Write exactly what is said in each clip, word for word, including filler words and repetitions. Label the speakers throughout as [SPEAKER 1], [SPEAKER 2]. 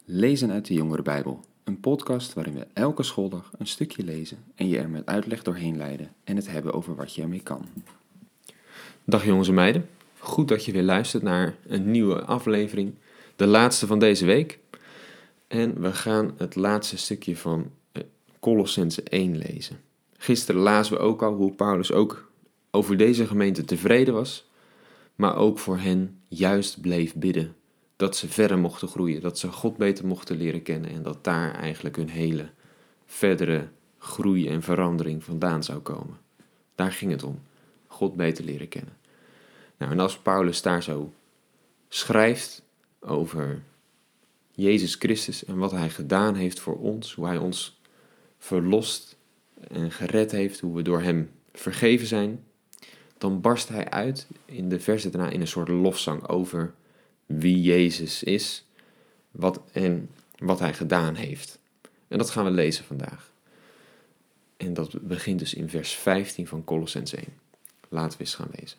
[SPEAKER 1] Lezen uit de Jongerenbijbel, een podcast waarin we elke schooldag een stukje lezen en je er met uitleg doorheen leiden en het hebben over wat je ermee kan.
[SPEAKER 2] Dag jongens en meiden, goed dat je weer luistert naar een nieuwe aflevering, de laatste van deze week. En we gaan het laatste stukje van Kolossenzen één lezen. Gisteren lazen we ook al hoe Paulus ook over deze gemeente tevreden was, maar ook voor hen juist bleef bidden. Dat ze verder mochten groeien, dat ze God beter mochten leren kennen en dat daar eigenlijk hun hele verdere groei en verandering vandaan zou komen. Daar ging het om, God beter leren kennen. Nou, en als Paulus daar zo schrijft over Jezus Christus en wat hij gedaan heeft voor ons, hoe hij ons verlost en gered heeft, hoe we door hem vergeven zijn, dan barst hij uit in de versen daarna in een soort lofzang over wie Jezus is wat en wat hij gedaan heeft. En dat gaan we lezen vandaag. En dat begint dus in vers vijftien van Kolossenzen één. Laten we eens gaan lezen.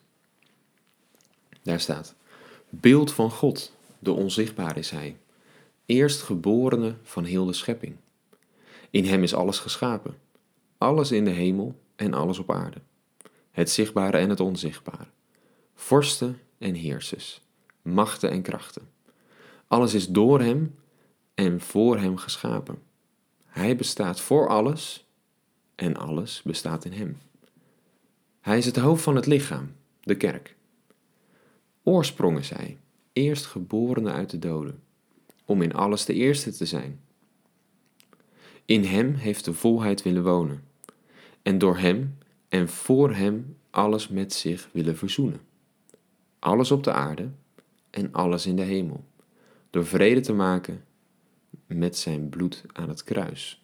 [SPEAKER 2] Daar staat: beeld van God, de onzichtbare is hij, eerstgeborene van heel de schepping. In hem is alles geschapen, alles in de hemel en alles op aarde, het zichtbare en het onzichtbare, vorsten en heersers, machten en krachten. Alles is door hem en voor hem geschapen. Hij bestaat voor alles en alles bestaat in hem. Hij is het hoofd van het lichaam, de kerk. Oorsprong is hij, eerstgeborene uit de doden, om in alles de eerste te zijn. In hem heeft de volheid willen wonen, en door hem en voor hem alles met zich willen verzoenen. Alles op de aarde en alles in de hemel, door vrede te maken met zijn bloed aan het kruis.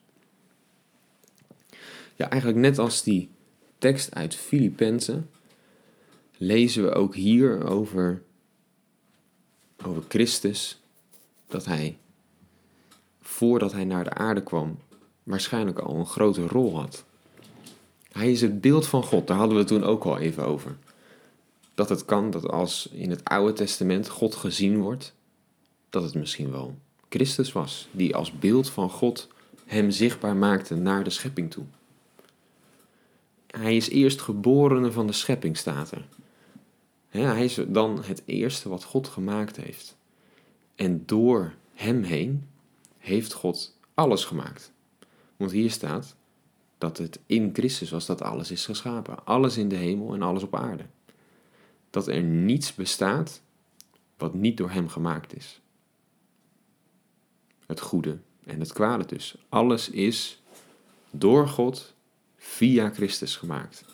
[SPEAKER 2] Ja, eigenlijk net als die tekst uit Filippenzen lezen we ook hier over, over Christus, dat hij, voordat hij naar de aarde kwam, waarschijnlijk al een grote rol had. Hij is het beeld van God, daar hadden we het toen ook al even over. Dat het kan dat als in het Oude Testament God gezien wordt, dat het misschien wel Christus was, die als beeld van God hem zichtbaar maakte naar de schepping toe. Hij is eerstgeborene van de schepping, staat er. Ja, hij is dan het eerste wat God gemaakt heeft. En door hem heen heeft God alles gemaakt. Want hier staat dat het in Christus was dat alles is geschapen. Alles in de hemel en alles op aarde. Dat er niets bestaat wat niet door hem gemaakt is. Het goede en het kwade dus. Alles is door God via Christus gemaakt.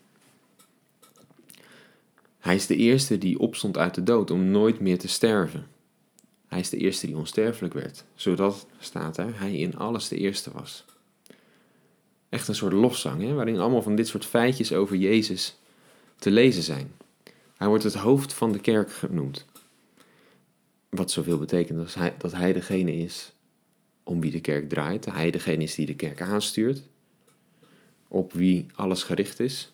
[SPEAKER 2] Hij is de eerste die opstond uit de dood om nooit meer te sterven. Hij is de eerste die onsterfelijk werd, zodat, staat er, hij in alles de eerste was. Echt een soort lofzang, hè, waarin allemaal van dit soort feitjes over Jezus te lezen zijn. Hij wordt het hoofd van de kerk genoemd. Wat zoveel betekent als hij, dat hij degene is om wie de kerk draait. Hij degene is die de kerk aanstuurt. Op wie alles gericht is.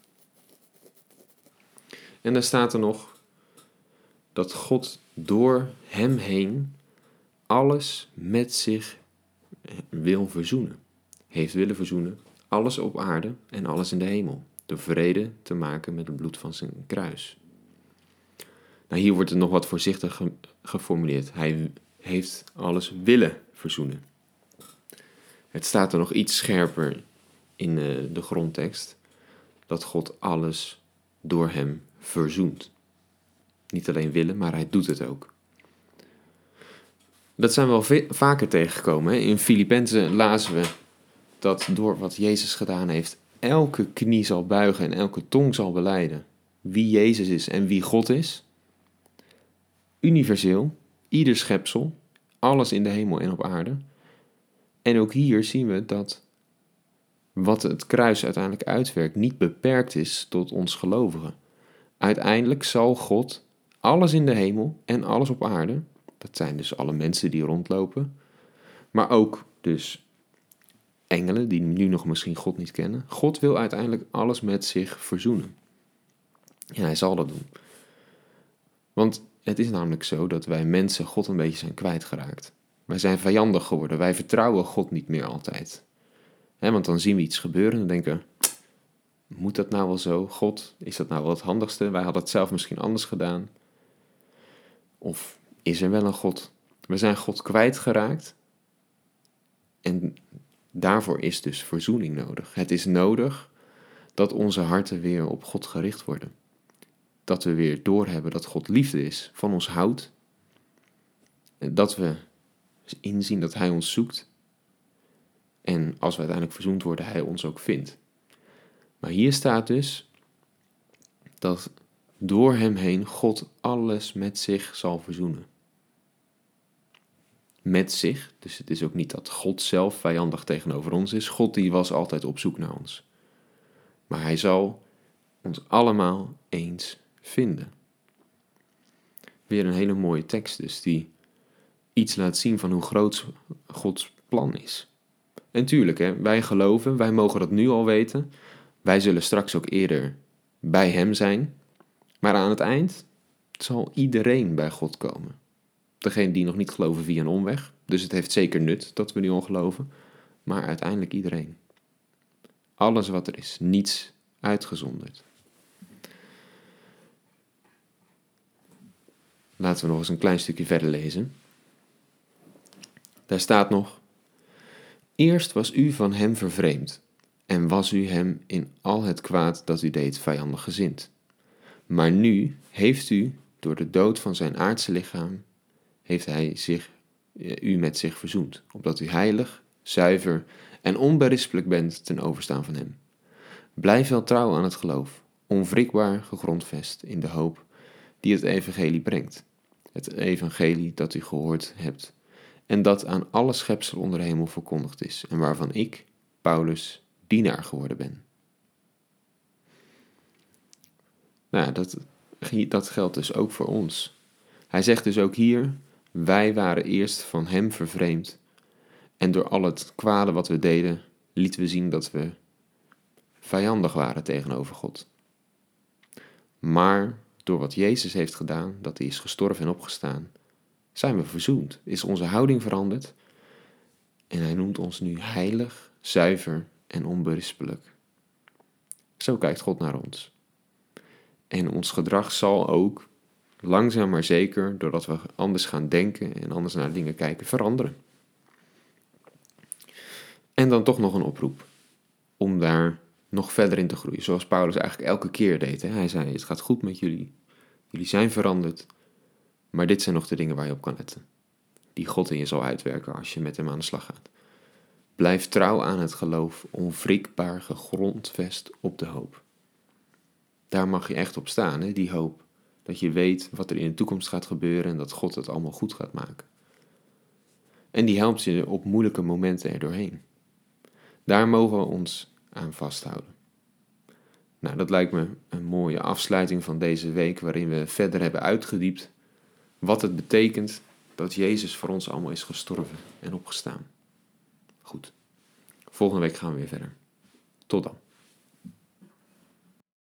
[SPEAKER 2] En daar staat er nog dat God door hem heen alles met zich wil verzoenen. Heeft willen verzoenen. Alles op aarde en alles in de hemel. Door vrede te maken met het bloed van zijn kruis. Nou, hier wordt het nog wat voorzichtig ge- geformuleerd. Hij heeft alles willen verzoenen. Het staat er nog iets scherper in uh, de grondtekst. Dat God alles door hem verzoent. Niet alleen willen, maar hij doet het ook. Dat zijn we al ve- vaker tegengekomen. Hè? In Filippenzen lazen we dat door wat Jezus gedaan heeft, elke knie zal buigen en elke tong zal belijden wie Jezus is en wie God is. Universeel, ieder schepsel, alles in de hemel en op aarde. En ook hier zien we dat wat het kruis uiteindelijk uitwerkt niet beperkt is tot ons gelovigen. Uiteindelijk zal God alles in de hemel en alles op aarde, dat zijn dus alle mensen die rondlopen, maar ook dus engelen die nu nog misschien God niet kennen. God wil uiteindelijk alles met zich verzoenen. Ja, hij zal dat doen. Want het is namelijk zo dat wij mensen God een beetje zijn kwijtgeraakt. Wij zijn vijandig geworden. Wij vertrouwen God niet meer altijd. He, want dan zien we iets gebeuren en denken, moet dat nou wel zo? God, is dat nou wel het handigste? Wij hadden het zelf misschien anders gedaan. Of is er wel een God? We zijn God kwijtgeraakt. En daarvoor is dus verzoening nodig. Het is nodig dat onze harten weer op God gericht worden. Dat we weer doorhebben dat God liefde is, van ons houdt. Dat we inzien dat Hij ons zoekt. En als we uiteindelijk verzoend worden, Hij ons ook vindt. Maar hier staat dus dat door Hem heen God alles met zich zal verzoenen. Met zich, dus het is ook niet dat God zelf vijandig tegenover ons is. God die was altijd op zoek naar ons. Maar Hij zal ons allemaal eens vinden. Weer een hele mooie tekst dus, die iets laat zien van hoe groot Gods plan is. En tuurlijk, hè, wij geloven, wij mogen dat nu al weten. Wij zullen straks ook eerder bij Hem zijn. Maar aan het eind zal iedereen bij God komen. Degene die nog niet geloven via een omweg. Dus het heeft zeker nut dat we nu al geloven. Maar uiteindelijk iedereen. Alles wat er is, niets uitgezonderd. Laten we nog eens een klein stukje verder lezen. Daar staat nog: Eerst was u van Hem vervreemd en was u Hem in al het kwaad dat u deed vijandig gezind. Maar nu heeft u, door de dood van zijn aardse lichaam, heeft Hij zich, u met zich verzoend, opdat u heilig, zuiver en onberispelijk bent ten overstaan van Hem. Blijf wel trouw aan het geloof, onwrikbaar gegrondvest in de hoop die het evangelie brengt. Het evangelie dat u gehoord hebt en dat aan alle schepsel onder de hemel verkondigd is en waarvan ik, Paulus, dienaar geworden ben. Nou, dat, dat geldt dus ook voor ons. Hij zegt dus ook hier, wij waren eerst van Hem vervreemd en door al het kwade wat we deden, lieten we zien dat we vijandig waren tegenover God. Maar door wat Jezus heeft gedaan, dat Hij is gestorven en opgestaan, zijn we verzoend, is onze houding veranderd en Hij noemt ons nu heilig, zuiver en onberispelijk. Zo kijkt God naar ons. En ons gedrag zal ook, langzaam maar zeker, doordat we anders gaan denken en anders naar dingen kijken, veranderen. En dan toch nog een oproep om daar nog verder in te groeien, zoals Paulus eigenlijk elke keer deed. Hè? Hij zei, het gaat goed met jullie, jullie zijn veranderd, maar dit zijn nog de dingen waar je op kan letten, die God in je zal uitwerken als je met Hem aan de slag gaat. Blijf trouw aan het geloof, onwrikbaar gegrondvest op de hoop. Daar mag je echt op staan, hè? Die hoop. Dat je weet wat er in de toekomst gaat gebeuren en dat God het allemaal goed gaat maken. En die helpt je op moeilijke momenten er doorheen. Daar mogen we ons aan vasthouden. Nou, dat lijkt me een mooie afsluiting van deze week, waarin we verder hebben uitgediept wat het betekent dat Jezus voor ons allemaal is gestorven en opgestaan. Goed, volgende week gaan we weer verder. Tot dan.